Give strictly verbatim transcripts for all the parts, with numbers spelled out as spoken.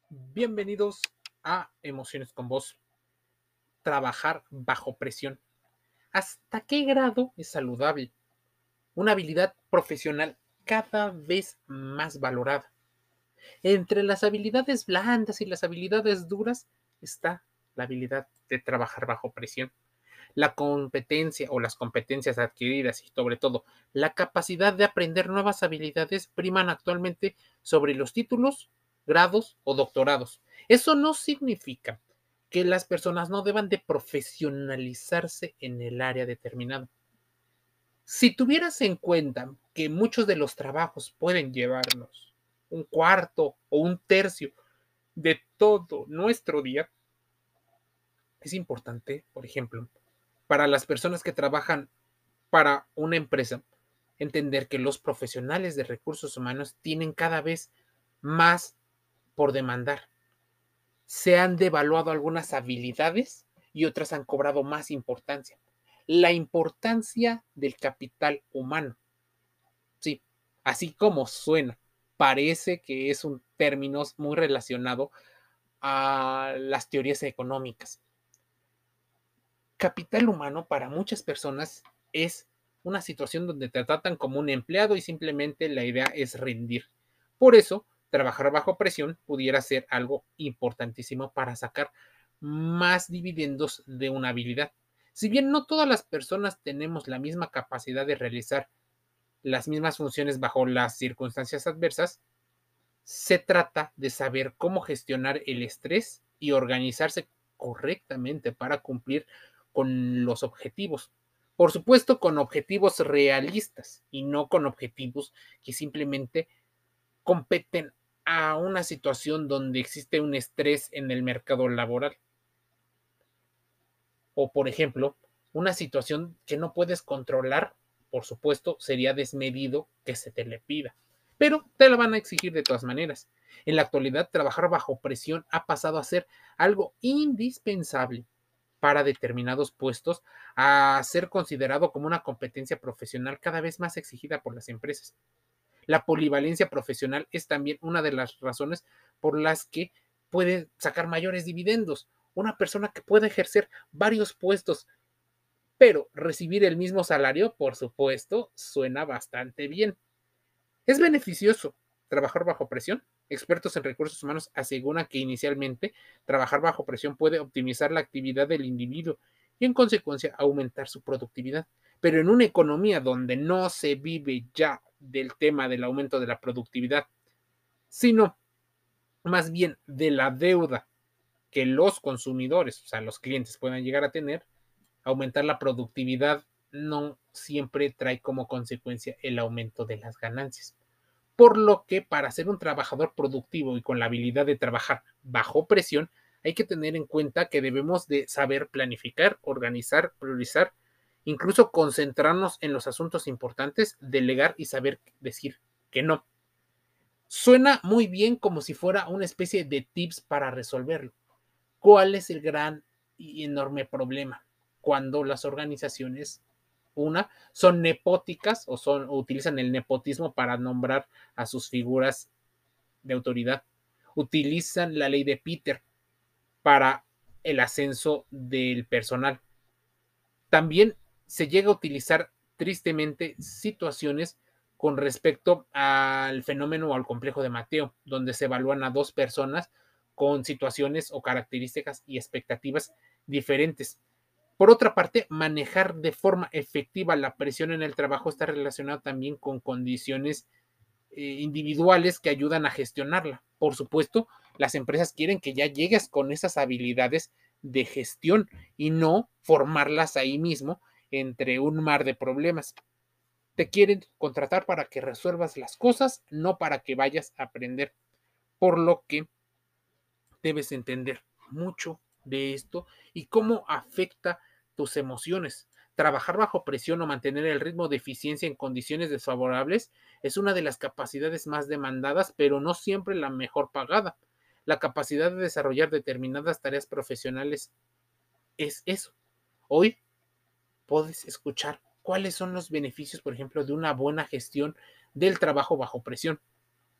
Bienvenidos a Emociones con Vos. Trabajar bajo presión. ¿Hasta qué grado es saludable? Una habilidad profesional cada vez más valorada. Entre las habilidades blandas y las habilidades duras está la habilidad de trabajar bajo presión. La competencia o las competencias adquiridas y sobre todo la capacidad de aprender nuevas habilidades priman actualmente sobre los títulos, grados o doctorados. Eso no significa que las personas no deban de profesionalizarse en el área determinada. Si tuvieras en cuenta que muchos de los trabajos pueden llevarnos un cuarto o un tercio de todo nuestro día, es importante, por ejemplo, para las personas que trabajan para una empresa, entender que los profesionales de recursos humanos tienen cada vez más por demandar. Se han devaluado algunas habilidades y otras han cobrado más importancia. La importancia del capital humano, sí, así como suena, parece que es un término muy relacionado a las teorías económicas. Capital humano para muchas personas es una situación donde te tratan como un empleado y simplemente la idea es rendir. Por eso, trabajar bajo presión pudiera ser algo importantísimo para sacar más dividendos de una habilidad. Si bien no todas las personas tenemos la misma capacidad de realizar las mismas funciones bajo las circunstancias adversas, se trata de saber cómo gestionar el estrés y organizarse correctamente para cumplir con los objetivos. Por supuesto, con objetivos realistas y no con objetivos que simplemente competen a una situación donde existe un estrés en el mercado laboral. O, por ejemplo, una situación que no puedes controlar, por supuesto, sería desmedido que se te le pida, pero te la van a exigir de todas maneras. En la actualidad, trabajar bajo presión ha pasado a ser algo indispensable para determinados puestos, a ser considerado como una competencia profesional cada vez más exigida por las empresas. La polivalencia profesional es también una de las razones por las que puede sacar mayores dividendos. Una persona que puede ejercer varios puestos, pero recibir el mismo salario, por supuesto, suena bastante bien. Es beneficioso trabajar bajo presión. Expertos en recursos humanos aseguran que inicialmente trabajar bajo presión puede optimizar la actividad del individuo y en consecuencia aumentar su productividad. Pero en una economía donde no se vive ya del tema del aumento de la productividad, sino más bien de la deuda que los consumidores, o sea, los clientes puedan llegar a tener, aumentar la productividad no siempre trae como consecuencia el aumento de las ganancias. Por lo que para ser un trabajador productivo y con la habilidad de trabajar bajo presión, hay que tener en cuenta que debemos de saber planificar, organizar, priorizar, incluso concentrarnos en los asuntos importantes, delegar y saber decir que no. Suena muy bien como si fuera una especie de tips para resolverlo. ¿Cuál es el gran y enorme problema? Cuando las organizaciones, una, son nepóticas o, son, o utilizan el nepotismo para nombrar a sus figuras de autoridad. Utilizan la ley de Peter para el ascenso del personal. También se llega a utilizar tristemente situaciones con respecto al fenómeno o al complejo de Mateo, donde se evalúan a dos personas con situaciones o características y expectativas diferentes. Por otra parte, manejar de forma efectiva la presión en el trabajo está relacionado también con condiciones eh, individuales que ayudan a gestionarla. Por supuesto, las empresas quieren que ya llegues con esas habilidades de gestión y no formarlas ahí mismo entre un mar de problemas. Te quieren contratar para que resuelvas las cosas, no para que vayas a aprender. Por lo que debes entender mucho de esto y cómo afecta tus emociones. Trabajar bajo presión o mantener el ritmo de eficiencia en condiciones desfavorables es una de las capacidades más demandadas, pero no siempre la mejor pagada. La capacidad de desarrollar determinadas tareas profesionales es eso. Hoy puedes escuchar cuáles son los beneficios, por ejemplo, de una buena gestión del trabajo bajo presión.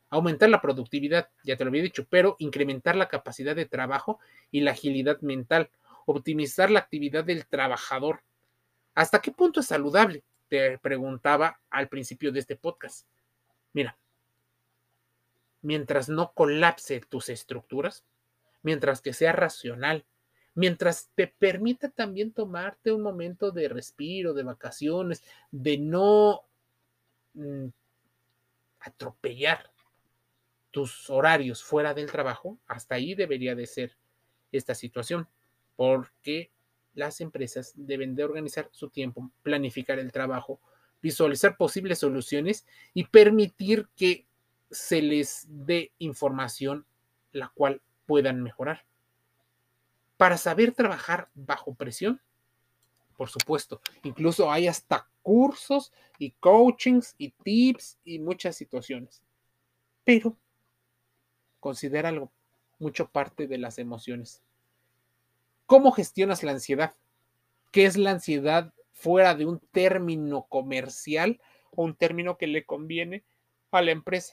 Aumentar la productividad, ya te lo había dicho, pero incrementar la capacidad de trabajo y la agilidad mental, optimizar la actividad del trabajador. ¿Hasta qué punto es saludable? Te preguntaba al principio de este podcast. Mira, mientras no colapse tus estructuras, mientras que sea racional, mientras te permita también tomarte un momento de respiro, de vacaciones, de no mm, atropellar tus horarios fuera del trabajo, hasta ahí debería de ser esta situación, porque las empresas deben de organizar su tiempo, planificar el trabajo, visualizar posibles soluciones y permitir que se les dé información la cual puedan mejorar. Para saber trabajar bajo presión, por supuesto, incluso hay hasta cursos y coachings y tips y muchas situaciones. Pero considera algo, mucho parte de las emociones. ¿Cómo gestionas la ansiedad? ¿Qué es la ansiedad fuera de un término comercial o un término que le conviene a la empresa?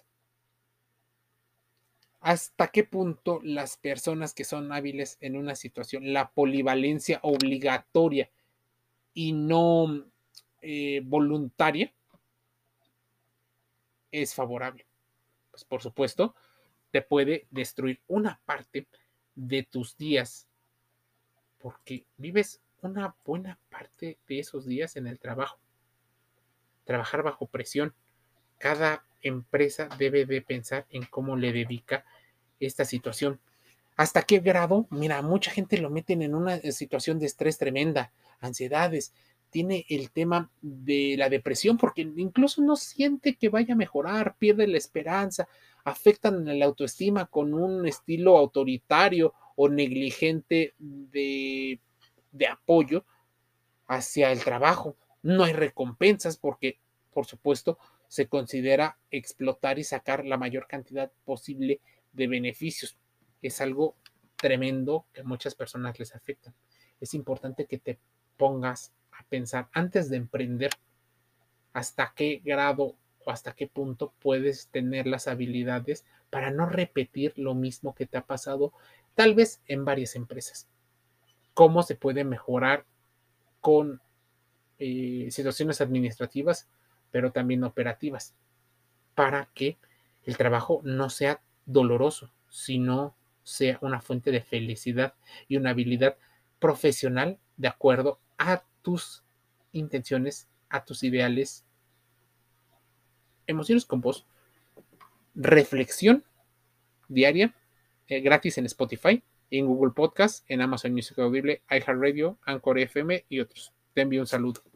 ¿Hasta qué punto las personas que son hábiles en una situación, la polivalencia obligatoria y no eh, voluntaria es favorable? Pues por supuesto, te puede destruir una parte de tus días porque vives una buena parte de esos días en el trabajo. Trabajar bajo presión. Cada empresa debe de pensar en cómo le dedica esta situación. ¿Hasta qué grado? Mira, mucha gente lo meten en una situación de estrés tremenda, ansiedades, tiene el tema de la depresión porque incluso no siente que vaya a mejorar, pierde la esperanza, afectan la autoestima con un estilo autoritario o negligente de, de apoyo hacia el trabajo. No hay recompensas porque, por supuesto, se considera explotar y sacar la mayor cantidad posible de beneficios. Es algo tremendo que a muchas personas les afecta. Es importante que te pongas a pensar antes de emprender hasta qué grado o hasta qué punto puedes tener las habilidades para no repetir lo mismo que te ha pasado tal vez en varias empresas. ¿Cómo se puede mejorar con eh, situaciones administrativas, pero también operativas, para que el trabajo no sea doloroso, sino sea una fuente de felicidad y una habilidad profesional de acuerdo a tus intenciones, a tus ideales? Emociones con Voz, reflexión diaria, eh, gratis en Spotify, en Google Podcast, en Amazon Music Audible, iHeartRadio, Anchor F M y otros. Te envío un saludo.